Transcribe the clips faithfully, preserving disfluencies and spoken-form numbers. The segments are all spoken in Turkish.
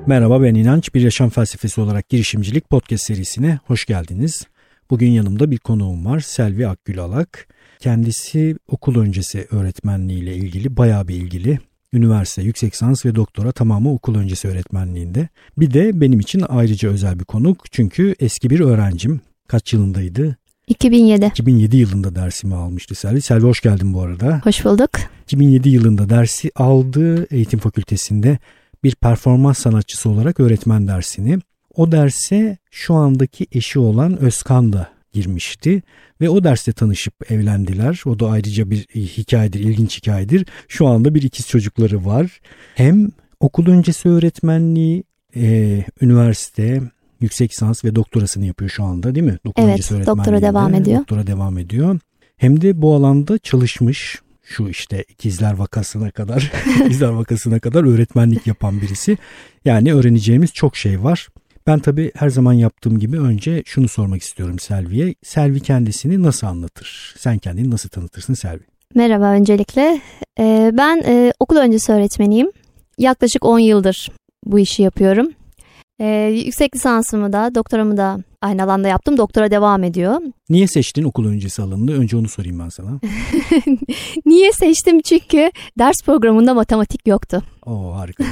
Merhaba, ben İnanç. Bir Yaşam Felsefesi olarak girişimcilik podcast serisine hoş geldiniz. Bugün yanımda bir konuğum var, Selvi Akgül Alak. Kendisi okul öncesi öğretmenliği ile ilgili, bayağı bir ilgili. Üniversite, yüksek lisans ve doktora tamamı okul öncesi öğretmenliğinde. Bir de benim için ayrıca özel bir konuk. Çünkü eski bir öğrencim. Kaç yılındaydı? iki bin yedi. iki bin yedi yılında dersimi almıştı Selvi. Selvi hoş geldin bu arada. Hoş bulduk. iki bin yedi yılında dersi aldı eğitim fakültesinde. Bir performans sanatçısı olarak öğretmen dersini. O derse şu andaki eşi olan Özkan da girmişti ve o derste tanışıp evlendiler. O da ayrıca bir hikayedir, ilginç hikayedir. Şu anda bir ikiz çocukları var. Hem okul öncesi öğretmenliği, e, üniversite, yüksek lisans ve doktorasını yapıyor şu anda, değil mi? Okul evet, doktora devam ediyor. Doktora devam ediyor. Hem de bu alanda çalışmış. Şu işte ikizler vakasına kadar, ikizler vakasına kadar öğretmenlik yapan birisi. Yani öğreneceğimiz çok şey var. Ben tabii her zaman yaptığım gibi önce şunu sormak istiyorum Selvi'ye. Selvi kendisini nasıl anlatır? Sen kendini nasıl tanıtırsın Selvi? Merhaba öncelikle. Ee, ben e, okul öncesi öğretmeniyim. Yaklaşık on yıldır bu işi yapıyorum. Ee, yüksek lisansımı da, doktoramı da aynı alanda yaptım. Doktora devam ediyor. Niye seçtin okul öncesi alanını? Önce onu sorayım ben sana. Niye seçtim? Çünkü ders programında matematik yoktu. Oo, harika.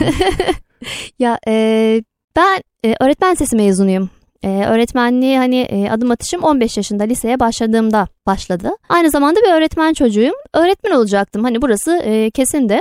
ya e, ben e, öğretmen lisesi mezunuyum. E, öğretmenliği hani e, adım atışım on beş yaşında liseye başladığımda başladı. Aynı zamanda bir öğretmen çocuğuyum. Öğretmen olacaktım. Hani burası e, kesindi.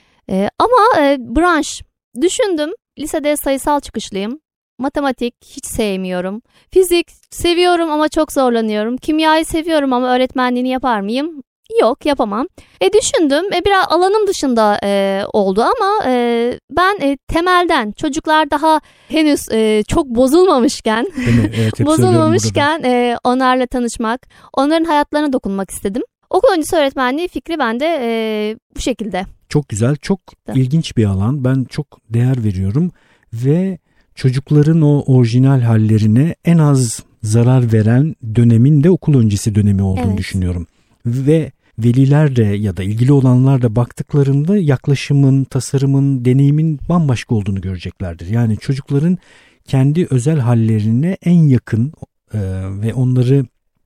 E, ama e, branş düşündüm. Lisede sayısal çıkışlıyım. Matematik hiç sevmiyorum. Fizik seviyorum ama çok zorlanıyorum. Kimyayı seviyorum ama öğretmenliğini yapar mıyım? Yok, yapamam. E düşündüm. E biraz alanım dışında e, oldu ama e, ben e, temelden çocuklar daha henüz e, çok bozulmamışken, Evet, bozulmamışken e, onlarla tanışmak, onların hayatlarına dokunmak istedim. Okul öncesi öğretmenliği fikri bende e, bu şekilde. Çok güzel, çok çıktı. İlginç bir alan. Ben çok değer veriyorum ve çocukların o orijinal hallerine en az zarar veren dönemin de okul öncesi dönemi olduğunu evet. düşünüyorum. Ve veliler de ya da ilgili olanlar da baktıklarında yaklaşımın, tasarımın, deneyimin bambaşka olduğunu göreceklerdir. Yani çocukların kendi özel hallerine en yakın e, ve onları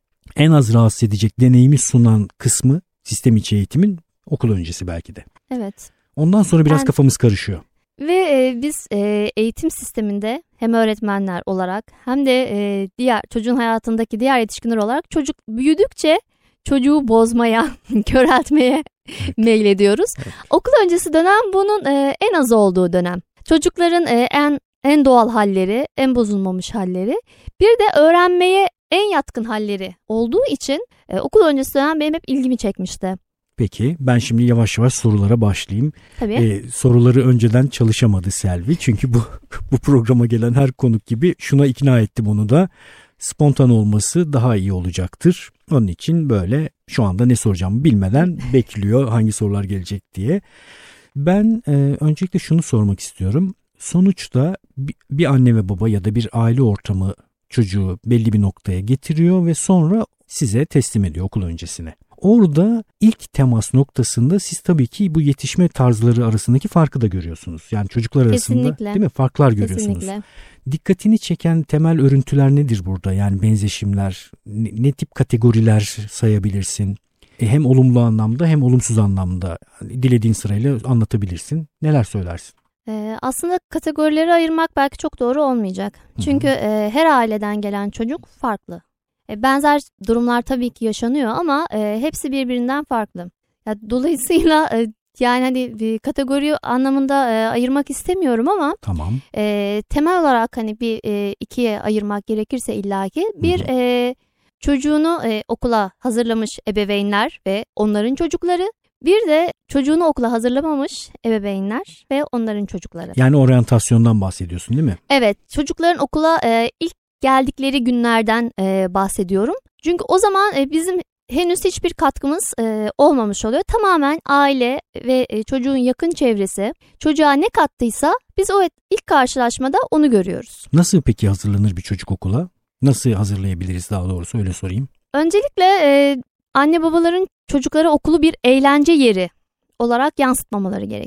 en az rahatsız edecek deneyimi sunan kısmı sistem içi eğitimin okul öncesi belki de. Evet. Ondan sonra biraz ben... kafamız karışıyor. Ve e, biz e, eğitim sisteminde hem öğretmenler olarak hem de e, diğer çocuğun hayatındaki diğer yetişkinler olarak çocuk büyüdükçe çocuğu bozmaya, köreltmeye meylediyoruz. Evet. Okul öncesi dönem bunun e, en az olduğu dönem. Çocukların e, en en doğal halleri, en bozulmamış halleri, bir de öğrenmeye en yatkın halleri olduğu için e, okul öncesi dönem benim hep ilgimi çekmişti. Peki ben şimdi yavaş yavaş sorulara başlayayım. Tabii. Ee, soruları önceden çalışamadı Selvi. Çünkü bu bu programa gelen her konuk gibi şuna ikna ettim onu da. Spontan olması daha iyi olacaktır. Onun için böyle şu anda ne soracağımı bilmeden bekliyor hangi sorular gelecek diye. Ben e, öncelikle şunu sormak istiyorum. Sonuçta bir, bir anne ve baba ya da bir aile ortamı çocuğu belli bir noktaya getiriyor ve sonra size teslim ediyor okul öncesine. Orada ilk temas noktasında siz tabii ki bu yetişme tarzları arasındaki farkı da görüyorsunuz. Yani çocuklar arasında Kesinlikle. Değil mi? Farklar görüyorsunuz. Kesinlikle. Dikkatini çeken temel örüntüler nedir burada? Yani benzeşimler, ne, ne tip kategoriler sayabilirsin? E, hem olumlu anlamda hem olumsuz anlamda dilediğin sırayla anlatabilirsin. Neler söylersin? Ee, aslında kategorileri ayırmak belki çok doğru olmayacak. Çünkü e, her aileden gelen çocuk farklı. E, benzer durumlar tabii ki yaşanıyor ama e, hepsi birbirinden farklı. Ya, dolayısıyla e, yani hani bir kategori anlamında e, ayırmak istemiyorum ama tamam. e, temel olarak hani bir e, ikiye ayırmak gerekirse illaki bir e, çocuğunu e, okula hazırlamış ebeveynler ve onların çocukları. Bir de çocuğunu okula hazırlamamış ebeveynler ve onların çocukları. Yani oryantasyondan bahsediyorsun değil mi? Evet, çocukların okula e, ilk geldikleri günlerden e, bahsediyorum. Çünkü o zaman e, bizim henüz hiçbir katkımız e, olmamış oluyor. Tamamen aile ve e, çocuğun yakın çevresi çocuğa ne kattıysa biz o ilk karşılaşmada onu görüyoruz. Nasıl peki hazırlanır bir çocuk okula? Nasıl hazırlayabiliriz daha doğrusu öyle sorayım. Öncelikle e, anne babaların çocuklara okulu bir eğlence yeri olarak yansıtmamaları gerekiyor.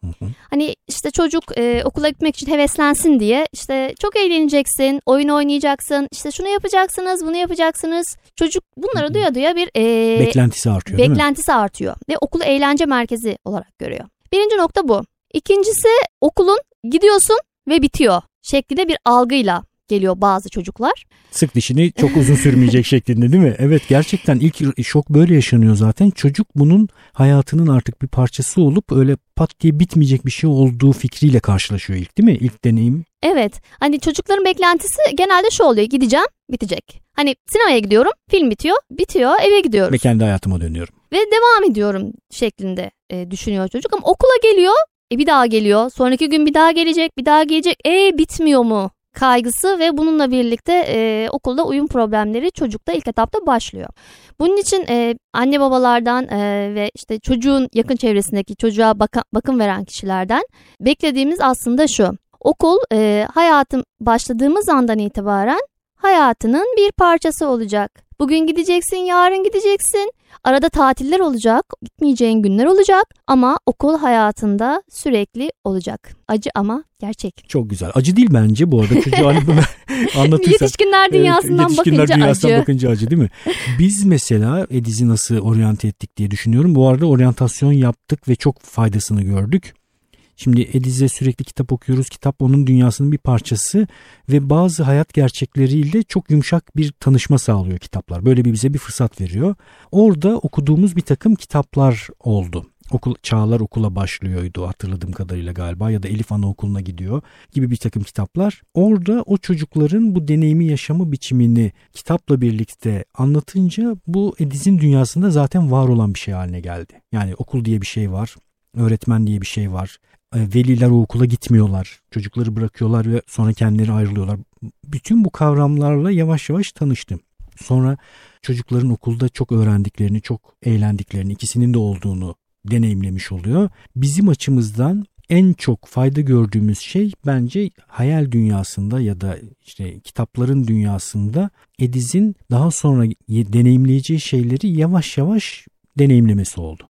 Hı hı. Hani işte çocuk e, okula gitmek için heveslensin diye işte çok eğleneceksin, oyun oynayacaksın, işte şunu yapacaksınız, bunu yapacaksınız. Çocuk bunları duya duya bir e, beklentisi artıyor beklentisi değil mi? artıyor ve okulu eğlence merkezi olarak görüyor. Birinci nokta bu. İkincisi, okulun gidiyorsun ve bitiyor şeklinde bir algıyla geliyor bazı çocuklar. Sık dişini çok uzun sürmeyecek şeklinde değil mi? Evet, gerçekten ilk şok böyle yaşanıyor zaten. Çocuk bunun hayatının artık bir parçası olup öyle pat diye bitmeyecek bir şey olduğu fikriyle karşılaşıyor ilk, değil mi? İlk deneyim. Evet, hani çocukların beklentisi genelde şu oluyor: gideceğim, bitecek. Hani sinemaya gidiyorum, film bitiyor, bitiyor, eve gidiyoruz. Ve kendi hayatıma dönüyorum. Ve devam ediyorum şeklinde e, düşünüyor çocuk. Ama okula geliyor, e, bir daha geliyor, sonraki gün bir daha gelecek, bir daha gelecek. E bitmiyor mu kaygısı ve bununla birlikte e, okulda uyum problemleri çocukta ilk etapta başlıyor. Bunun için e, anne babalardan e, ve işte çocuğun yakın çevresindeki çocuğa baka, bakım veren kişilerden beklediğimiz aslında şu: okul e, hayatım başladığımız andan itibaren hayatının bir parçası olacak. Bugün gideceksin, yarın gideceksin. Arada tatiller olacak, gitmeyeceğin günler olacak ama okul hayatında sürekli olacak. Acı ama gerçek. Çok güzel. Acı değil bence bu arada. Çocuğu hani anlatırsan. Yetişkinler dünyasından evet, yetişkinler bakınca dünyasından acı. bakınca acı değil mi? Biz mesela Ediz'i nasıl oryante ettik diye düşünüyorum. Bu arada oryantasyon yaptık ve çok faydasını gördük. Şimdi Ediz'e sürekli kitap okuyoruz. Kitap onun dünyasının bir parçası ve bazı hayat gerçekleriyle çok yumuşak bir tanışma sağlıyor kitaplar. Böyle bir bize bir fırsat veriyor. Orada okuduğumuz bir takım kitaplar oldu. Okul, Çağlar okula başlıyordu hatırladığım kadarıyla galiba, ya da Elif anaokuluna gidiyor gibi bir takım kitaplar. Orada o çocukların bu deneyimi yaşama biçimini kitapla birlikte anlatınca bu Ediz'in dünyasında zaten var olan bir şey haline geldi. Yani okul diye bir şey var, öğretmen diye bir şey var. Veliler o okula gitmiyorlar. Çocukları bırakıyorlar ve sonra kendileri ayrılıyorlar. Bütün bu kavramlarla yavaş yavaş tanıştım. Sonra çocukların okulda çok öğrendiklerini, çok eğlendiklerini, ikisinin de olduğunu deneyimlemiş oluyor. Bizim açımızdan en çok fayda gördüğümüz şey bence hayal dünyasında ya da işte kitapların dünyasında Ediz'in daha sonra deneyimleyeceği şeyleri yavaş yavaş deneyimlemesi oldu.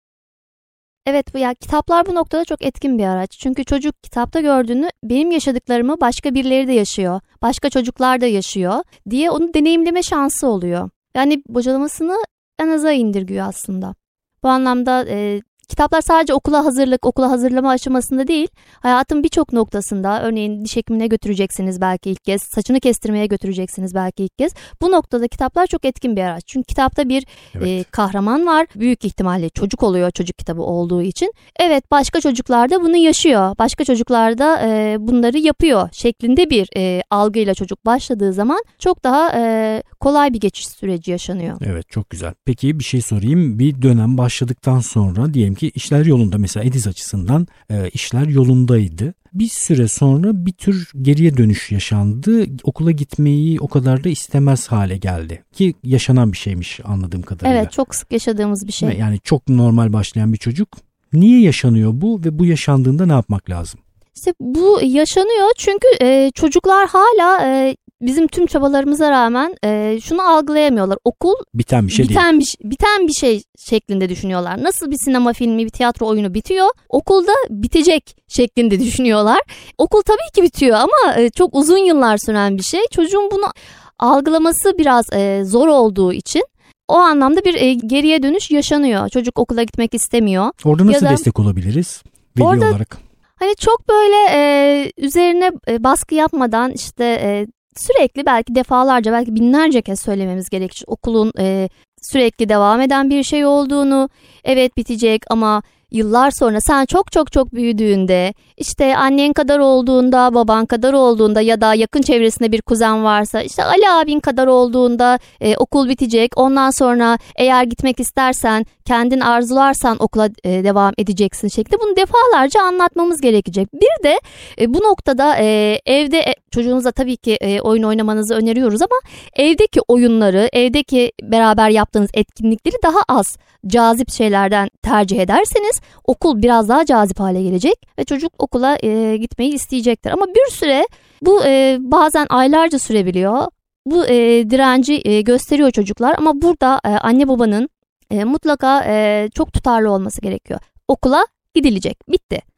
Evet, bu ya kitaplar bu noktada çok etkin bir araç. Çünkü çocuk kitapta gördüğünü, benim yaşadıklarımı başka birileri de yaşıyor, başka çocuklar da yaşıyor diye onu deneyimleme şansı oluyor. Yani bocalamasını en aza indirgiyor aslında. Bu anlamda e, kitaplar sadece okula hazırlık, okula hazırlama aşamasında değil, hayatın birçok noktasında, örneğin diş hekimine götüreceksiniz belki ilk kez, saçını kestirmeye götüreceksiniz belki ilk kez. Bu noktada kitaplar çok etkin bir araç. Çünkü kitapta bir evet. e, kahraman var. Büyük ihtimalle çocuk oluyor, çocuk kitabı olduğu için. Evet, başka çocuklar da bunu yaşıyor. Başka çocuklar da e, bunları yapıyor şeklinde bir e, algıyla çocuk başladığı zaman çok daha e, kolay bir geçiş süreci yaşanıyor. Evet, çok güzel. Peki bir şey sorayım. Bir dönem başladıktan sonra diyelim ki işler yolunda, mesela Ediz açısından e, işler yolundaydı. Bir süre sonra bir tür geriye dönüş yaşandı. Okula gitmeyi o kadar da istemez hale geldi. Ki yaşanan bir şeymiş anladığım kadarıyla. Evet, çok sık yaşadığımız bir şey. Yani çok normal başlayan bir çocuk. Niye yaşanıyor bu ve bu yaşandığında ne yapmak lazım? İşte bu yaşanıyor çünkü e, çocuklar hala e, bizim tüm çabalarımıza rağmen e, şunu algılayamıyorlar. Okul biten bir şey biten değil. Bir, biten bir şey şeklinde düşünüyorlar. Nasıl bir sinema filmi, bir tiyatro oyunu bitiyor, okulda bitecek şeklinde düşünüyorlar. Okul tabii ki bitiyor ama e, çok uzun yıllar süren bir şey. Çocuğun bunu algılaması biraz e, zor olduğu için o anlamda bir e, geriye dönüş yaşanıyor. Çocuk okula gitmek istemiyor. Orada nasıl ya da, destek olabiliriz veli orada, olarak? Hani çok böyle e, üzerine e, baskı yapmadan işte e, sürekli belki defalarca, belki binlerce kez söylememiz gerekir. Okulun e, sürekli devam eden bir şey olduğunu, evet bitecek ama yıllar sonra sen çok çok çok büyüdüğünde, işte annen kadar olduğunda, baban kadar olduğunda ya da yakın çevresinde bir kuzen varsa, işte Ali abin kadar olduğunda e, okul bitecek. Ondan sonra eğer gitmek istersen, kendin arzularsan okula e, devam edeceksin şeklinde bunu defalarca anlatmamız gerekecek. Bir de e, bu noktada e, evde e, çocuğunuza tabii ki e, oyun oynamanızı öneriyoruz ama evdeki oyunları, evdeki beraber yaptığınız etkinlikleri daha az cazip şeylerden tercih ederseniz okul biraz daha cazip hale gelecek ve çocuk okula e, gitmeyi isteyecektir. Ama bir süre bu e, bazen aylarca sürebiliyor. Bu e, direnci e, gösteriyor çocuklar ama burada e, anne babanın e, mutlaka e, çok tutarlı olması gerekiyor. Okula gidilecek, bitti.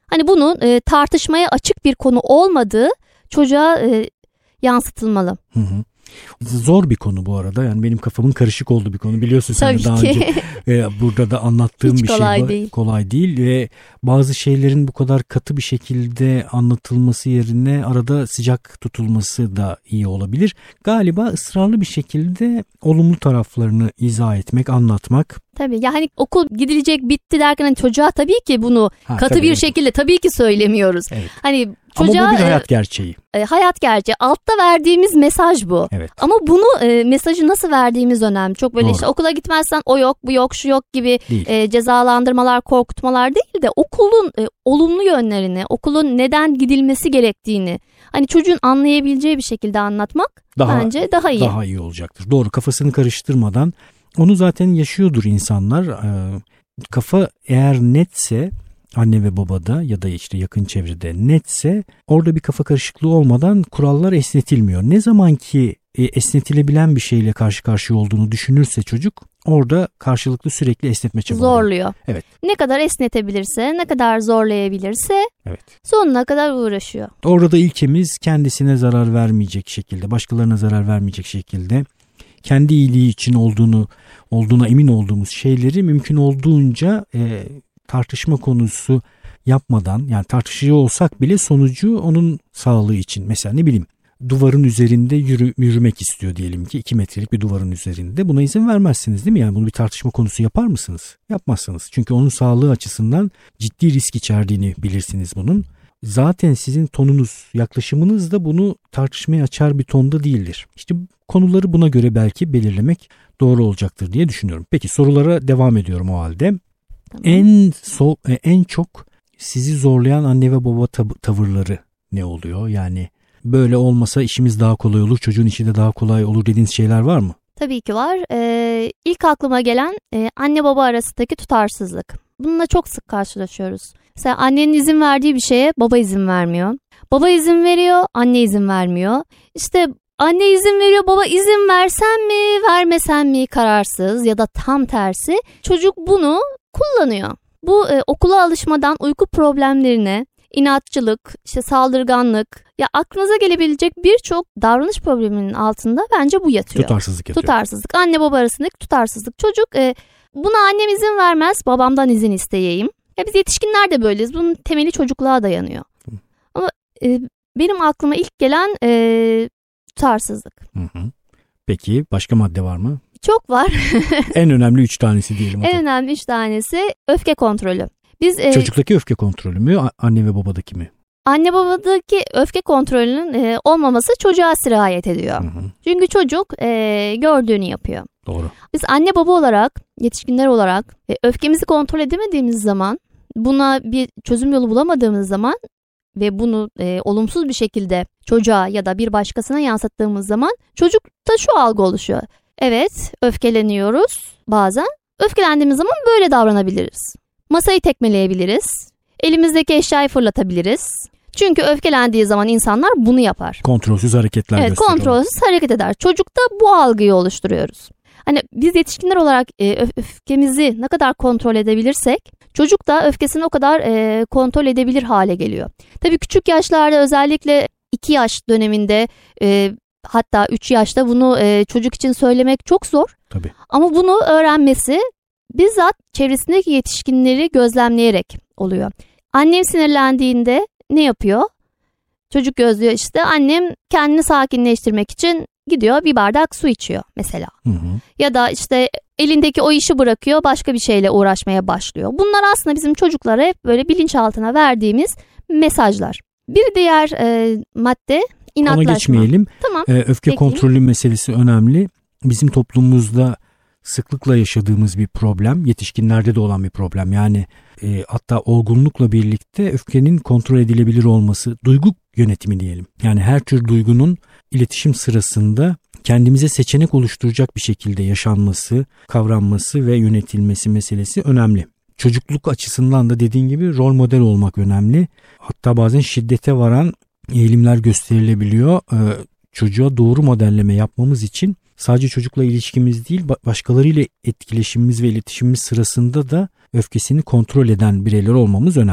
Hani bunun e, tartışmaya açık bir konu olmadığı çocuğa e, yansıtılmalı. Hı hı. Zor bir konu bu arada. Yani benim kafamın karışık olduğu bir konu. Biliyorsun sen de daha ki. önce e, burada da anlattığım Hiç bir şey kolay var. değil. Kolay değil ve bazı şeylerin bu kadar katı bir şekilde anlatılması yerine arada sıcak tutulması da iyi olabilir. Galiba ısrarlı bir şekilde olumlu taraflarını izah etmek, anlatmak. Tabii ya hani okul gidilecek bitti derken hani çocuğa tabii ki bunu Ha, katı tabii, bir evet. şekilde tabii ki söylemiyoruz. Evet. Hani çocuğa ama bu bir hayat e, gerçeği. e, hayat gerçeği. Altta verdiğimiz mesaj bu. Evet. Ama bunu e, mesajı nasıl verdiğimiz önemli. Çok böyle Doğru. işte okula gitmezsen o yok, bu yok, şu yok gibi Değil. e, cezalandırmalar, korkutmalar değil de okulun e, olumlu yönlerini, okulun neden gidilmesi gerektiğini hani çocuğun anlayabileceği bir şekilde anlatmak Daha, bence daha iyi. Daha iyi olacaktır. Doğru, kafasını karıştırmadan. Onu zaten yaşıyordur insanlar. Ee, kafa eğer netse, anne ve babada ya da işte yakın çevrede netse, orada bir kafa karışıklığı olmadan kurallar esnetilmiyor. Ne zaman ki e, esnetilebilen bir şeyle karşı karşıya olduğunu düşünürse çocuk, orada karşılıklı sürekli esnetme çabaları. Zorluyor. Evet. Ne kadar esnetebilirse, ne kadar zorlayabilirse Evet. sonuna kadar uğraşıyor. Orada ilkemiz kendisine zarar vermeyecek şekilde, başkalarına zarar vermeyecek şekilde, kendi iyiliği için olduğunu olduğuna emin olduğumuz şeyleri mümkün olduğunca e, tartışma konusu yapmadan, yani tartışıyor olsak bile sonucu onun sağlığı için, mesela ne bileyim duvarın üzerinde yürü, yürümek istiyor diyelim ki, iki metrelik bir duvarın üzerinde, buna izin vermezsiniz değil mi? Yani bunu bir tartışma konusu yapar mısınız? Yapmazsınız. Çünkü onun sağlığı açısından ciddi risk içerdiğini bilirsiniz bunun. Zaten sizin tonunuz, yaklaşımınız da bunu tartışmaya açar bir tonda değildir. İşte konuları buna göre belki belirlemek doğru olacaktır diye düşünüyorum. Peki sorulara devam ediyorum o halde. Tamam. En so en çok sizi zorlayan anne ve baba tab- tavırları ne oluyor? Yani böyle olmasa işimiz daha kolay olur, çocuğun işi de daha kolay olur dediğiniz şeyler var mı? Tabii ki var. Ee, ilk aklıma gelen e, anne baba arasındaki tutarsızlık. Bununla çok sık karşılaşıyoruz. Mesela annenin izin verdiği bir şeye baba izin vermiyor. Baba izin veriyor, anne izin vermiyor. İşte anne izin veriyor, baba izin versen mi, vermesen mi kararsız ya da tam tersi. Çocuk bunu kullanıyor. Bu e, okula alışmadan uyku problemlerine, inatçılık, işte saldırganlık, ya aklınıza gelebilecek birçok davranış probleminin altında bence bu yatıyor. Tutarsızlık yatıyor. Tutarsızlık. Anne baba arasındaki tutarsızlık. Çocuk e, buna annem izin vermez, babamdan izin isteyeyim. Ya biz yetişkinler de böyleyiz. Bunun temeli çocukluğa dayanıyor. Hı. Ama e, benim aklıma ilk gelen e, tutarsızlık. Hı hı. Peki başka madde var mı? Çok var. En önemli üç tanesi diyelim. En önemli üç tanesi öfke kontrolü. Biz e, çocuktaki öfke kontrolü mü, anne ve babadaki mi? Anne babadaki öfke kontrolünün e, olmaması çocuğa sirayet ediyor. Hı hı. Çünkü çocuk e, gördüğünü yapıyor. Doğru. Biz anne baba olarak, yetişkinler olarak e, öfkemizi kontrol edemediğimiz zaman, buna bir çözüm yolu bulamadığımız zaman ve bunu e, olumsuz bir şekilde çocuğa ya da bir başkasına yansıttığımız zaman çocukta şu algı oluşuyor. Evet, öfkeleniyoruz bazen. Öfkelendiğimiz zaman böyle davranabiliriz. Masayı tekmeleyebiliriz. Elimizdeki eşyayı fırlatabiliriz. Çünkü öfkelendiği zaman insanlar bunu yapar. Kontrolsüz hareketler evet, gösteriyor. Evet, kontrolsüz hareket eder. Çocukta bu algıyı oluşturuyoruz. Hani biz yetişkinler olarak e, öf- öfkemizi ne kadar kontrol edebilirsek, çocuk da öfkesini o kadar e, kontrol edebilir hale geliyor. Tabii küçük yaşlarda, özellikle iki yaş döneminde, e, hatta üç yaşta bunu e, çocuk için söylemek çok zor. Tabii. Ama bunu öğrenmesi bizzat çevresindeki yetişkinleri gözlemleyerek oluyor. Annem sinirlendiğinde ne yapıyor? Çocuk gözlüyor, işte annem kendini sakinleştirmek için gidiyor bir bardak su içiyor mesela. Hı hı. Ya da işte elindeki o işi bırakıyor, başka bir şeyle uğraşmaya başlıyor. Bunlar aslında bizim çocuklara hep böyle bilinçaltına verdiğimiz mesajlar. Bir diğer e, madde inatlaşma. Ona geçmeyelim. Tamam. Ee, öfke Peki. kontrolü meselesi önemli. Bizim toplumumuzda sıklıkla yaşadığımız bir problem, yetişkinlerde de olan bir problem. Yani e, hatta olgunlukla birlikte öfkenin kontrol edilebilir olması, duygu yönetimi diyelim. Yani her tür duygunun iletişim sırasında kendimize seçenek oluşturacak bir şekilde yaşanması, kavranması ve yönetilmesi meselesi önemli. Çocukluk açısından da dediğin gibi rol model olmak önemli. Hatta bazen şiddete varan eğilimler gösterilebiliyor. Ee, çocuğa doğru modelleme yapmamız için sadece çocukla ilişkimiz değil, başkalarıyla etkileşimimiz ve iletişimimiz sırasında da öfkesini kontrol eden bireyler olmamız önemli.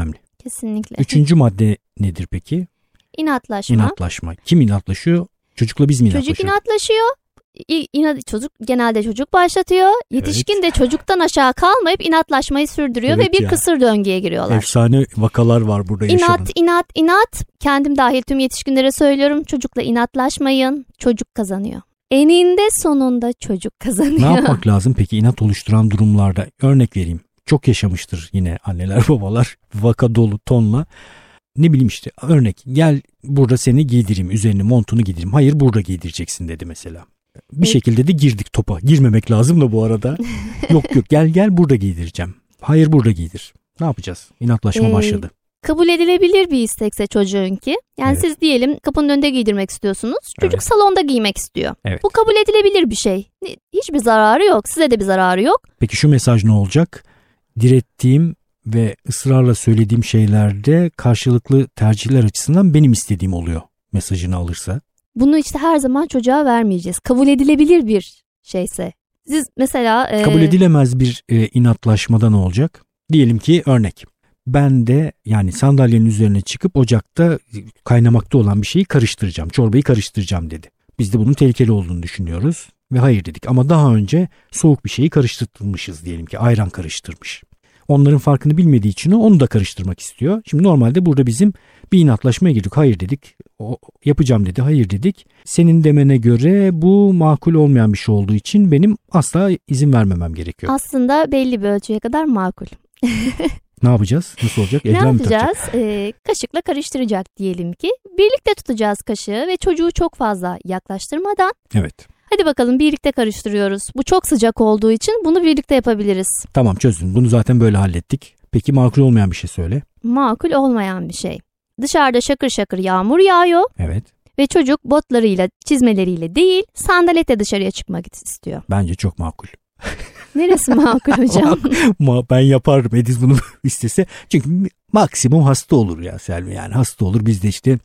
Kesinlikle. Üçüncü madde nedir peki? İnatlaşma. İnatlaşma. Kim inatlaşıyor? Çocukla biz mi inatlaşıyoruz? Çocuk inatlaşıyor. İnat, çocuk genelde çocuk başlatıyor. Yetişkin evet. de çocuktan aşağı kalmayıp inatlaşmayı sürdürüyor evet ve bir ya. kısır döngüye giriyorlar. Efsane vakalar var burada yaşanan. İnat, inat, inat. Kendim dahil tüm yetişkinlere söylüyorum. Çocukla inatlaşmayın. Çocuk kazanıyor. Eninde sonunda çocuk kazanıyor. Ne yapmak lazım peki inat oluşturan durumlarda? Örnek vereyim. Çok yaşamıştır yine anneler babalar. Vaka dolu tonla. Ne bileyim işte örnek gel burada seni giydireyim üzerine montunu giydireyim. Hayır burada giydireceksin dedi mesela. Bir evet. şekilde de girdik topa. Girmemek lazım da bu arada. yok yok gel gel burada giydireceğim. Hayır burada giydir. Ne yapacağız? İnatlaşma ee, başladı. Kabul edilebilir bir istekse çocuğunki. Yani evet. siz diyelim kapının önünde giydirmek istiyorsunuz. Çocuk evet. salonda giymek istiyor. Evet. Bu kabul edilebilir bir şey. Hiçbir zararı yok. Size de bir zararı yok. Peki şu mesaj ne olacak? Direttiğim ve ısrarla söylediğim şeylerde karşılıklı tercihler açısından benim istediğim oluyor mesajını alırsa. Bunu işte her zaman çocuğa vermeyeceğiz. Kabul edilebilir bir şeyse. Siz mesela... E... Kabul edilemez bir e, inatlaşmada ne olacak? Diyelim ki örnek. Ben de yani sandalyenin üzerine çıkıp ocakta kaynamakta olan bir şeyi karıştıracağım. Çorbayı karıştıracağım dedi. Biz de bunun tehlikeli olduğunu düşünüyoruz ve hayır dedik. Ama daha önce soğuk bir şeyi karıştırmışız diyelim ki ayran karıştırmış. Onların farkını bilmediği için o onu da karıştırmak istiyor. Şimdi normalde burada bizim bir inatlaşmaya girdik. Hayır dedik. O yapacağım dedi. Hayır dedik. Senin demene göre bu makul olmayan bir şey olduğu için benim asla izin vermemem gerekiyor. Aslında belli bir ölçüye kadar makul. Ne yapacağız? Nasıl olacak? Ne Elden yapacağız? Ee, kaşıkla karıştıracak diyelim ki. Birlikte tutacağız kaşığı ve çocuğu çok fazla yaklaştırmadan. Evet. Hadi bakalım birlikte karıştırıyoruz. Bu çok sıcak olduğu için bunu birlikte yapabiliriz. Tamam çözdüm. Bunu zaten böyle hallettik. Peki makul olmayan bir şey söyle. Makul olmayan bir şey. Dışarıda şakır şakır yağmur yağıyor. Evet. Ve çocuk botlarıyla, çizmeleriyle değil, sandaletle dışarıya çıkmak istiyor. Bence çok makul. Neresi makul hocam? Ben yapardım Ediz bunu istese. Çünkü maksimum hasta olur ya Selvi. Yani hasta olur biz de işte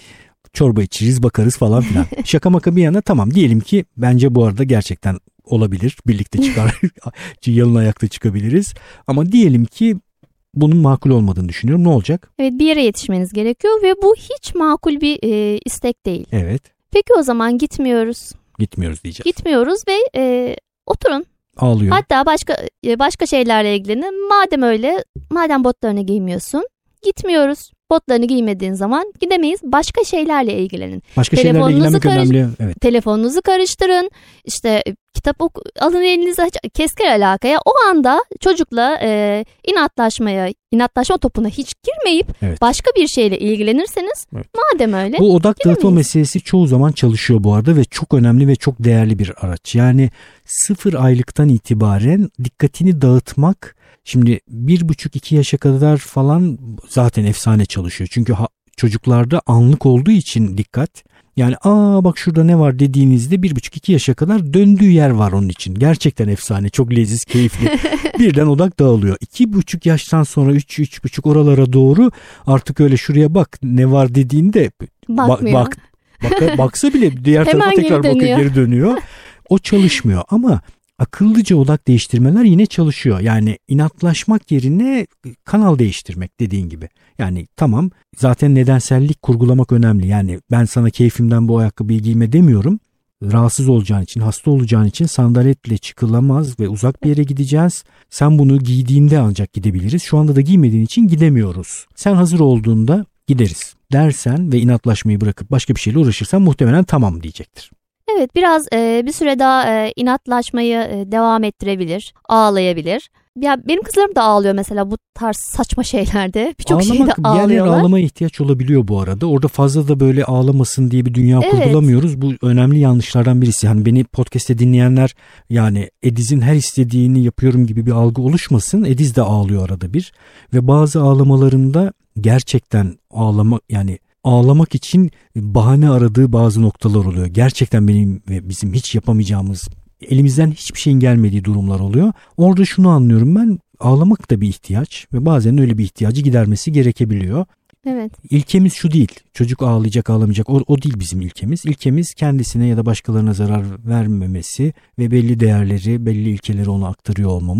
çorba içiriz bakarız falan filan. Şaka maka bir yana tamam diyelim ki bence bu arada gerçekten olabilir. Birlikte çıkar yalın ayakta çıkabiliriz. Ama diyelim ki bunun makul olmadığını düşünüyorum. Ne olacak? Evet bir yere yetişmeniz gerekiyor ve bu hiç makul bir e, istek değil. Evet. Peki o zaman gitmiyoruz. Gitmiyoruz diyeceğiz. Gitmiyoruz ve e, oturun. Ağlıyor. Hatta başka başka şeylerle ilgilenin. Madem öyle, madem botlarını giymiyorsun, gitmiyoruz. Botlarını giymediğin zaman gidemeyiz. Başka şeylerle ilgilenin. Başka şeylerle ilgilenmek karış- önemli. Evet. Telefonunuzu karıştırın. İşte kitap oku, alın elinize keskin alakaya. O anda çocukla e, inatlaşmaya, inatlaşma topuna hiç girmeyip evet. başka bir şeyle ilgilenirseniz evet. madem öyle. Bu odak dağıtma meselesi çoğu zaman çalışıyor bu arada ve çok önemli ve çok değerli bir araç. Yani sıfır aylıktan itibaren dikkatini dağıtmak. Şimdi bir buçuk iki yaşa kadar falan zaten efsane çalışıyor. Çünkü ha, çocuklarda anlık olduğu için dikkat. Yani aa bak şurada ne var dediğinizde bir buçuk iki yaşa kadar döndüğü yer var onun için. Gerçekten efsane, çok leziz, keyifli. Birden odak dağılıyor. iki buçuk yaştan sonra üç, üç buçuk oralara doğru artık öyle şuraya bak ne var dediğinde bakmıyor. Bak, bak, baksa bile diğer tarafa tekrar bakıyor, geri dönüyor. O çalışmıyor ama akıllıca odak değiştirmeler yine çalışıyor. Yani inatlaşmak yerine kanal değiştirmek dediğin gibi. Yani tamam zaten nedensellik kurgulamak önemli. Yani ben sana keyfimden bu ayakkabıyı giyme demiyorum. Rahatsız olacağın için, hasta olacağın için sandaletle çıkılamaz ve uzak bir yere gideceğiz. Sen bunu giydiğinde ancak gidebiliriz. Şu anda da giymediğin için gidemiyoruz. Sen hazır olduğunda gideriz dersen ve inatlaşmayı bırakıp başka bir şeyle uğraşırsan muhtemelen tamam diyecektir. Evet biraz e, bir süre daha e, inatlaşmayı e, devam ettirebilir, ağlayabilir. Ya benim kızlarım da ağlıyor mesela bu tarz saçma şeylerde. Birçok şeyde ağlıyorlar. Yer yer ağlamaya ihtiyaç olabiliyor bu arada. Orada fazla da böyle ağlamasın diye bir dünya evet. kurgulamıyoruz. Bu önemli yanlışlardan birisi. Hani beni podcast'te dinleyenler yani Ediz'in her istediğini yapıyorum gibi bir algı oluşmasın. Ediz de ağlıyor arada bir. Ve bazı ağlamalarında gerçekten ağlama yani ağlamak için bahane aradığı bazı noktalar oluyor. Gerçekten benim ve bizim hiç yapamayacağımız, elimizden hiçbir şeyin gelmediği durumlar oluyor. Orada şunu anlıyorum ben, ağlamak da bir ihtiyaç ve bazen öyle bir ihtiyacı gidermesi gerekebiliyor. Evet. İlkemiz şu değil, çocuk ağlayacak ağlamayacak o, o değil bizim ilkemiz. İlkemiz kendisine ya da başkalarına zarar vermemesi ve belli değerleri, belli ilkeleri ona aktarıyor olmamız.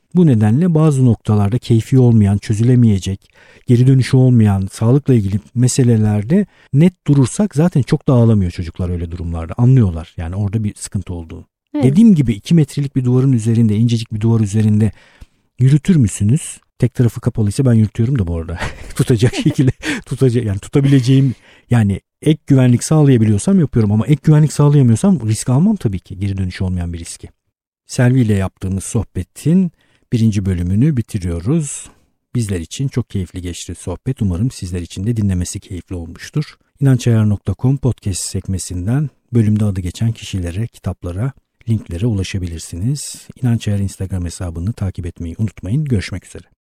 Bu nedenle bazı noktalarda keyfi olmayan, çözülemeyecek, geri dönüşü olmayan, sağlıkla ilgili meselelerde net durursak zaten çok da ağlamıyor çocuklar öyle durumlarda. Anlıyorlar yani orada bir sıkıntı olduğu. Evet. Dediğim gibi iki metrelik bir duvarın üzerinde, incecik bir duvar üzerinde yürütür müsünüz? Tek tarafı kapalıysa ben yürütüyorum da bu arada. Tutacak şekilde, tutacak yani tutabileceğim, yani ek güvenlik sağlayabiliyorsam yapıyorum ama ek güvenlik sağlayamıyorsam risk almam tabii ki, geri dönüşü olmayan bir riski. Selvi ile yaptığımız sohbetin birinci bölümünü bitiriyoruz. Bizler için çok keyifli geçti sohbet. Umarım sizler için de dinlemesi keyifli olmuştur. inançayar nokta com podcast sekmesinden bölümde adı geçen kişilere, kitaplara, linklere ulaşabilirsiniz. İnançayar Instagram hesabını takip etmeyi unutmayın. Görüşmek üzere.